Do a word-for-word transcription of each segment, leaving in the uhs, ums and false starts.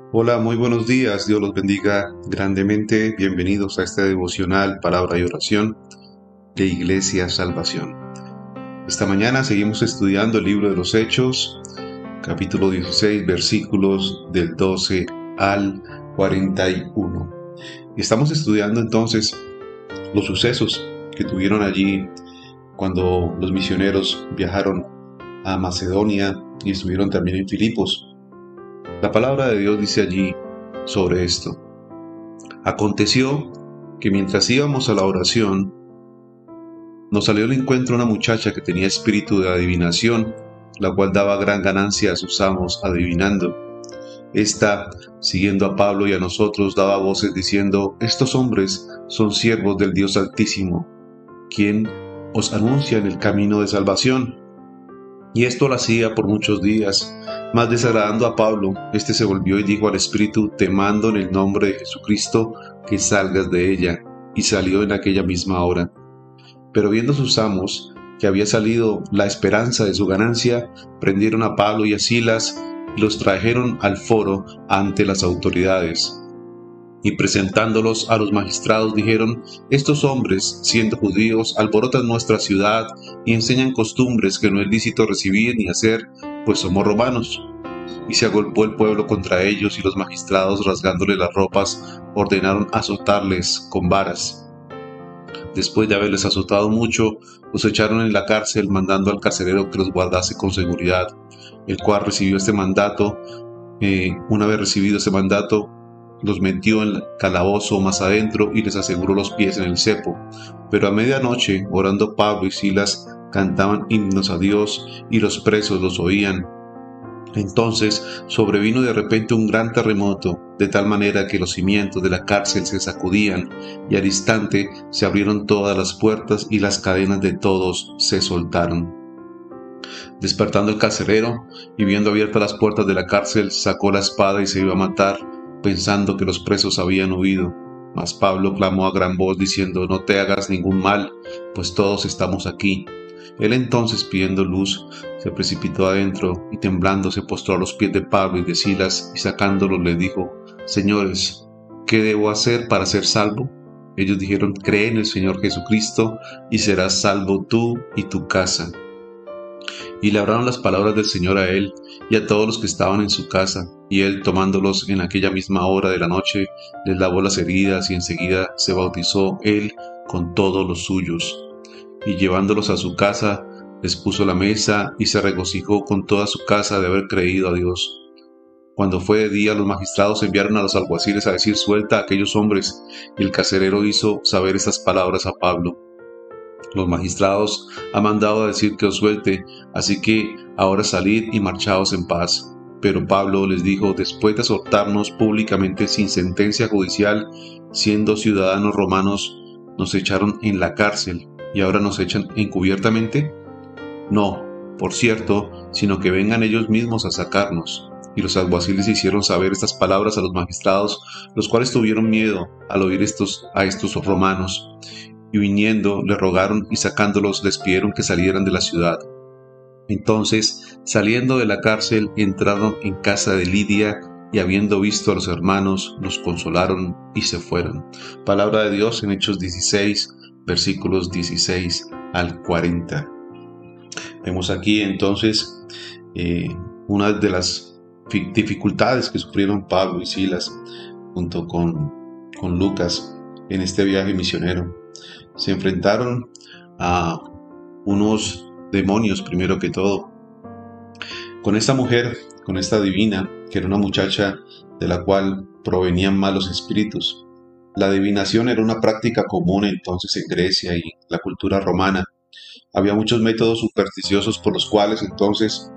Hola, muy buenos días. Dios los bendiga grandemente. Bienvenidos a este devocional Palabra y Oración de Iglesia Salvación. Esta mañana seguimos estudiando el libro de los Hechos, capítulo dieciséis, versículos del doce al cuarenta y uno. Estamos estudiando entonces los sucesos que tuvieron allí cuando los misioneros viajaron a Macedonia y estuvieron también en Filipos. La palabra de Dios dice allí sobre esto: aconteció que mientras íbamos a la oración, nos salió al encuentro una muchacha que tenía espíritu de adivinación, la cual daba gran ganancia a sus amos adivinando. Esta, siguiendo a Pablo y a nosotros, daba voces diciendo: estos hombres son siervos del Dios Altísimo, quien os anuncia en el camino de salvación. Y esto lo hacía por muchos días. Mas desagradando a Pablo, éste se volvió y dijo al espíritu: te mando en el nombre de Jesucristo que salgas de ella. Y salió en aquella misma hora. Pero viendo sus amos que había salido la esperanza de su ganancia, prendieron a Pablo y a Silas y los trajeron al foro ante las autoridades. Y presentándolos a los magistrados dijeron: estos hombres, siendo judíos, alborotan nuestra ciudad y enseñan costumbres que no es lícito recibir ni hacer, pues somos romanos. Y se agolpó el pueblo contra ellos, y los magistrados, rasgándole las ropas, ordenaron azotarles con varas. Después de haberles azotado mucho, los echaron en la cárcel, mandando al carcelero que los guardase con seguridad, el cual recibió este mandato. Eh, una vez recibido este mandato, los metió en el calabozo más adentro y les aseguró los pies en el cepo. Pero a medianoche, orando Pablo y Silas, cantaban himnos a Dios, y los presos los oían. Entonces sobrevino de repente un gran terremoto, de tal manera que los cimientos de la cárcel se sacudían, y al instante se abrieron todas las puertas y las cadenas de todos se soltaron. Despertando el carcelero y viendo abiertas las puertas de la cárcel, sacó la espada y se iba a matar, pensando que los presos habían huido. Mas Pablo clamó a gran voz diciendo: no te hagas ningún mal, pues todos estamos aquí. Él entonces, pidiendo luz, se precipitó adentro y temblando se postró a los pies de Pablo y de Silas, y sacándolos les dijo: señores, ¿qué debo hacer para ser salvo? Ellos dijeron: cree en el Señor Jesucristo y serás salvo tú y tu casa. Y le hablaron las palabras del Señor a él y a todos los que estaban en su casa. Y él, tomándolos en aquella misma hora de la noche, les lavó las heridas, y enseguida se bautizó él con todos los suyos. Y llevándolos a su casa, les puso la mesa, y se regocijó con toda su casa de haber creído a Dios. Cuando fue de día, los magistrados enviaron a los alguaciles a decir: suelta a aquellos hombres. Y el carcelero hizo saber estas palabras a Pablo: los magistrados han mandado a decir que os suelte, así que ahora salid y marchaos en paz. Pero Pablo les dijo: después de azotarnos públicamente sin sentencia judicial, siendo ciudadanos romanos, nos echaron en la cárcel, y ahora nos echan encubiertamente. No, por cierto, sino que vengan ellos mismos a sacarnos. Y los alguaciles hicieron saber estas palabras a los magistrados, los cuales tuvieron miedo al oír estos, a estos romanos. Y viniendo, le rogaron, y sacándolos les pidieron que salieran de la ciudad. Entonces, saliendo de la cárcel, entraron en casa de Lidia, y habiendo visto a los hermanos, los consolaron y se fueron. Palabra de Dios en Hechos dieciséis, versículos dieciséis al cuarenta. Vemos aquí entonces eh, una de las dificultades que sufrieron Pablo y Silas junto con, con Lucas en este viaje misionero. Se enfrentaron a unos demonios, primero que todo, con esta mujer, con esta divina, que era una muchacha de la cual provenían malos espíritus. La adivinación era una práctica común entonces en Grecia y la cultura romana. Había muchos métodos supersticiosos por los cuales entonces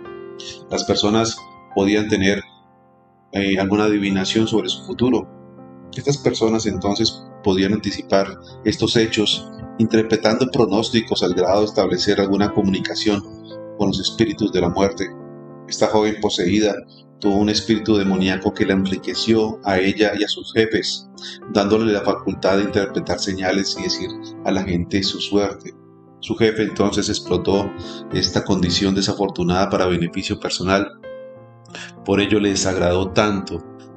las personas podían tener eh, alguna adivinación sobre su futuro. Estas personas entonces podían anticipar estos hechos, interpretando pronósticos al grado de establecer alguna comunicación con los espíritus de la muerte. Esta joven poseída tuvo un espíritu demoníaco que la enriqueció a ella y a sus jefes, dándole la facultad de interpretar señales y decir a la gente su suerte. Su jefe entonces explotó esta condición desafortunada para beneficio personal. Por ello le desagradó tanto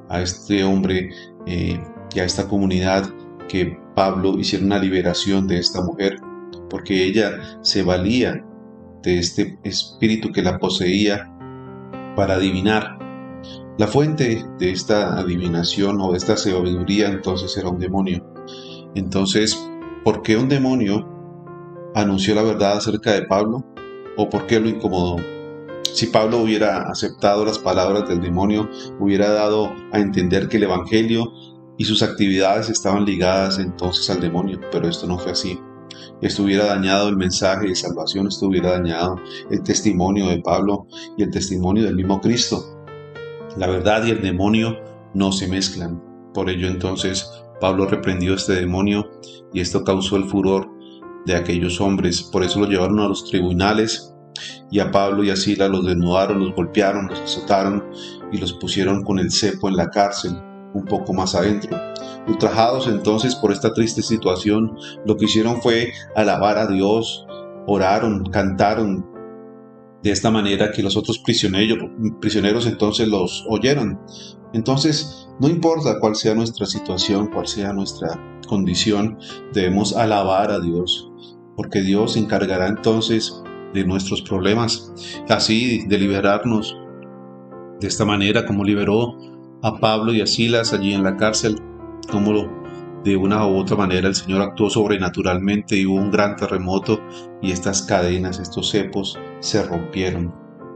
a este hombre eh, y a esta comunidad que Pablo hiciera una liberación de esta mujer, porque ella se valía de este espíritu que la poseía para adivinar. La fuente de esta adivinación o de esta sabiduría entonces era un demonio. Entonces, ¿por qué un demonio anunció la verdad acerca de Pablo? ¿O por qué lo incomodó? Si Pablo hubiera aceptado las palabras del demonio, hubiera dado a entender que el evangelio y sus actividades estaban ligadas entonces al demonio, pero esto no fue así. Esto hubiera dañado el mensaje de salvación, esto hubiera dañado el testimonio de Pablo y el testimonio del mismo Cristo. La verdad y el demonio no se mezclan. Por ello entonces Pablo reprendió a este demonio y esto causó el furor de aquellos hombres. Por eso lo llevaron a los tribunales y a Pablo y a Silas los desnudaron, los golpearon, los azotaron y los pusieron con el cepo en la cárcel, un poco más adentro. Ultrajados entonces por esta triste situación, lo que hicieron fue alabar a Dios, oraron, cantaron, de esta manera que los otros prisioneros, prisioneros entonces los oyeron. Entonces, no importa cuál sea nuestra situación, cuál sea nuestra condición, debemos alabar a Dios, porque Dios se encargará entonces de nuestros problemas, así de liberarnos de esta manera como liberó a Pablo y a Silas allí en la cárcel, como lo de una u otra manera el Señor actuó sobrenaturalmente y hubo un gran terremoto y estas cadenas, estos cepos se rompieron.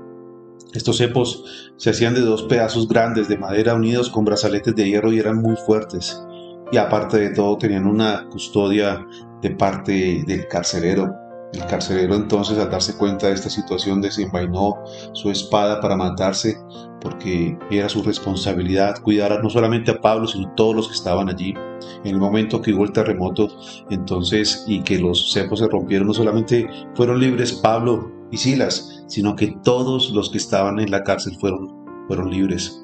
Estos cepos se hacían de dos pedazos grandes de madera unidos con brazaletes de hierro y eran muy fuertes. Y aparte de todo tenían una custodia de parte del carcelero. El carcelero entonces, al darse cuenta de esta situación, desenvainó su espada para matarse, porque era su responsabilidad cuidar no solamente a Pablo, sino a todos los que estaban allí. En el momento que hubo el terremoto, entonces, y que los cepos se rompieron, no solamente fueron libres Pablo y Silas, sino que todos los que estaban en la cárcel fueron, fueron libres.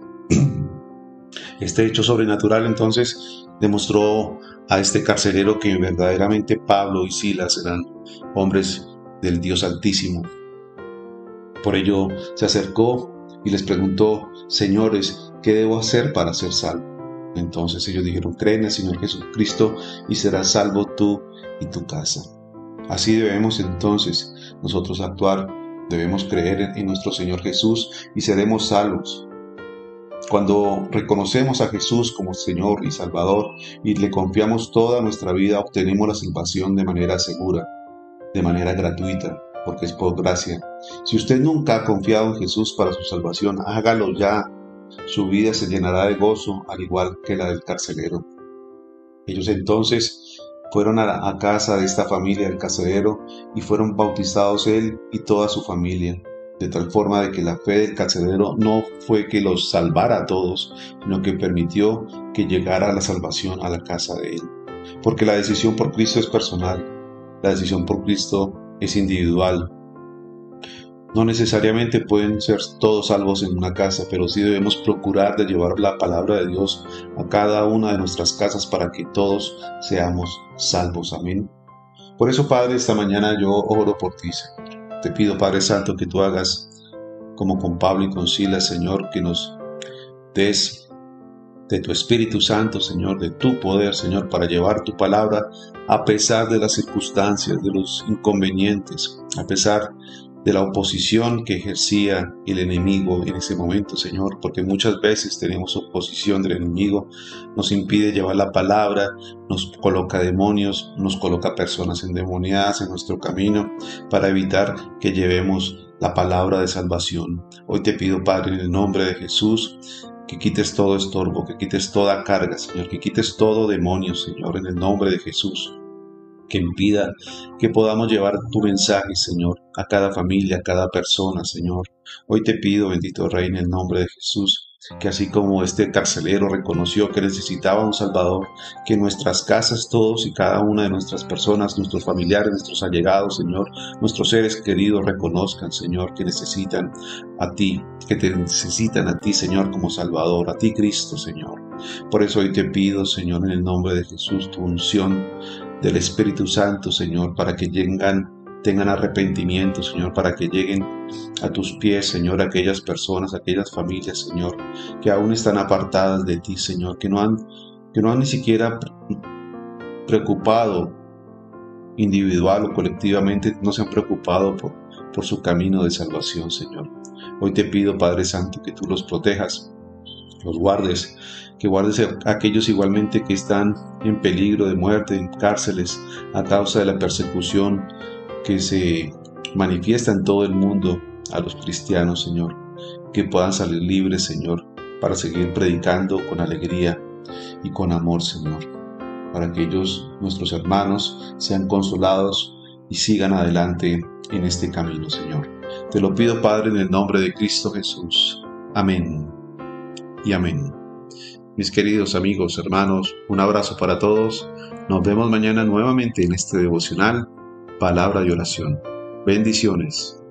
Este hecho sobrenatural entonces demostró a este carcelero que verdaderamente Pablo y Silas eran hombres del Dios Altísimo. Por ello se acercó y les preguntó: señores, ¿qué debo hacer para ser salvo? Entonces ellos dijeron: cree en el Señor Jesucristo y serás salvo tú y tu casa. Así debemos entonces nosotros actuar, debemos creer en nuestro Señor Jesús y seremos salvos. Cuando reconocemos a Jesús como Señor y Salvador y le confiamos toda nuestra vida, obtenemos la salvación de manera segura, de manera gratuita, porque es por gracia. Si usted nunca ha confiado en Jesús para su salvación, hágalo ya. Su vida se llenará de gozo, al igual que la del carcelero. Ellos entonces fueron a, la, a casa de esta familia del carcelero y fueron bautizados él y toda su familia, de tal forma de que la fe del carcelero no fue que los salvara a todos, sino que permitió que llegara la salvación a la casa de él. Porque la decisión por Cristo es personal, la decisión por Cristo es individual. No necesariamente pueden ser todos salvos en una casa, pero sí debemos procurar de llevar la palabra de Dios a cada una de nuestras casas para que todos seamos salvos. Amén. Por eso, Padre, esta mañana yo oro por ti, Señor. Te pido, Padre Santo, que tú hagas como con Pablo y con Silas, Señor, que nos des de tu Espíritu Santo, Señor, de tu poder, Señor, para llevar tu palabra a pesar de las circunstancias, de los inconvenientes, a pesar de la oposición que ejercía el enemigo en ese momento, Señor, porque muchas veces tenemos oposición del enemigo, nos impide llevar la palabra, nos coloca demonios, nos coloca personas endemoniadas en nuestro camino para evitar que llevemos la palabra de salvación. Hoy te pido, Padre, en el nombre de Jesús, que quites todo estorbo, que quites toda carga, Señor, que quites todo demonio, Señor, en el nombre de Jesús, que impida que podamos llevar tu mensaje, Señor, a cada familia, a cada persona, Señor. Hoy te pido, bendito Rey, en el nombre de Jesús, que así como este carcelero reconoció que necesitaba un Salvador, que en nuestras casas todos y cada una de nuestras personas, nuestros familiares, nuestros allegados, Señor, nuestros seres queridos reconozcan, Señor, que necesitan a ti, que te necesitan a ti, Señor, como Salvador, a ti, Cristo, Señor. Por eso hoy te pido, Señor, en el nombre de Jesús, tu unción del Espíritu Santo, Señor, para que lleguen tengan arrepentimiento, Señor, para que lleguen a tus pies, Señor, aquellas personas, aquellas familias, Señor, que aún están apartadas de ti, Señor, que no han, que no han ni siquiera preocupado individual o colectivamente, no se han preocupado por, por su camino de salvación, Señor. Hoy te pido, Padre Santo, que tú los protejas, los guardes, que guardes a aquellos igualmente que están en peligro de muerte, en cárceles, a causa de la persecución que se manifiesta en todo el mundo a los cristianos, Señor. Que puedan salir libres, Señor, para seguir predicando con alegría y con amor, Señor. Para que ellos, nuestros hermanos, sean consolados y sigan adelante en este camino, Señor. Te lo pido, Padre, en el nombre de Cristo Jesús. Amén y amén. Mis queridos amigos, hermanos, un abrazo para todos. Nos vemos mañana nuevamente en este devocional, Palabra de Oración. Bendiciones.